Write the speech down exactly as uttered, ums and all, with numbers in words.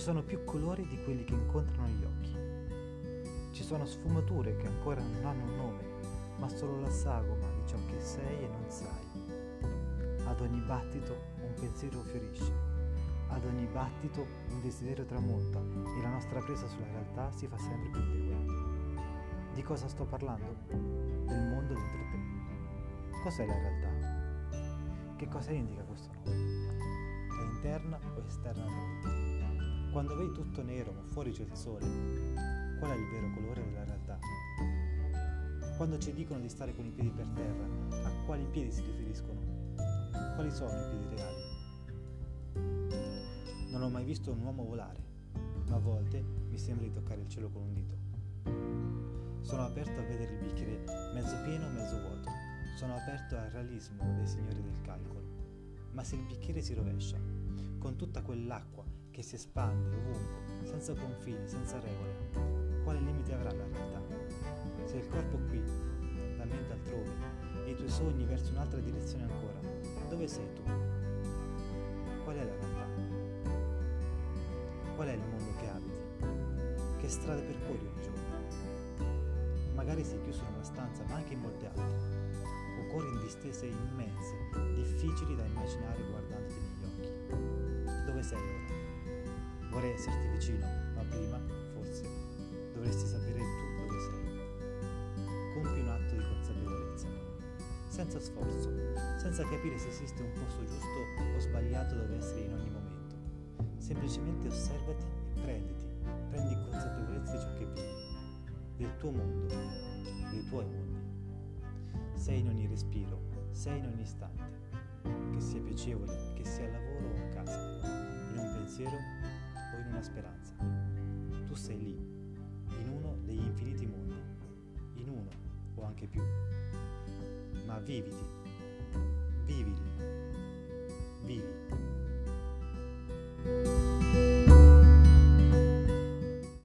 sono più colori di quelli che incontrano gli occhi. Ci sono sfumature che ancora non hanno un nome, ma solo la sagoma di ciò che sei e non sai. Ad ogni battito un pensiero fiorisce, ad ogni battito un desiderio tramonta e la nostra presa sulla realtà si fa sempre più debole. Di cosa sto parlando? Del mondo dentro te. Cos'è la realtà? Che cosa indica questo nome? È interna o esterna a noi? Quando vedi tutto nero ma fuori c'è il sole, qual è il vero colore della realtà? Quando ci dicono di stare con i piedi per terra, a quali piedi si riferiscono? Quali sono i piedi reali? Non ho mai visto un uomo volare, ma a volte mi sembra di toccare il cielo con un dito. Sono aperto a vedere il bicchiere mezzo pieno o mezzo vuoto. Sono aperto al realismo dei signori del calcolo. Ma se il bicchiere si rovescia, con tutta quell'acqua che si espande ovunque, senza confini, senza regole, quale limite avrà la realtà? Se il corpo qui, la mente altrove, e i tuoi sogni verso un'altra direzione ancora, dove sei tu? Qual è la realtà? Qual è il mondo che abiti? Che strade percorri ogni giorno? Magari sei chiuso in una stanza, ma anche in molte altre, o corri in distese immense, difficili da immaginare guardandoti negli occhi. Dove sei ora? Vorrei esserti vicino, ma prima, forse, dovresti sapere tu dove sei. Compi un atto di consapevolezza, senza sforzo, senza capire se esiste un posto giusto o sbagliato dove essere in ogni momento. Semplicemente osservati e prenditi, prendi consapevolezza di ciò che vivi, del tuo mondo, dei tuoi mondi. Sei in ogni respiro, sei in ogni istante, che sia piacevole, che sia al lavoro o a casa, in un pensiero o in una speranza. Tu sei lì, in uno degli infiniti mondi, uno o anche più, ma viviti, vivili.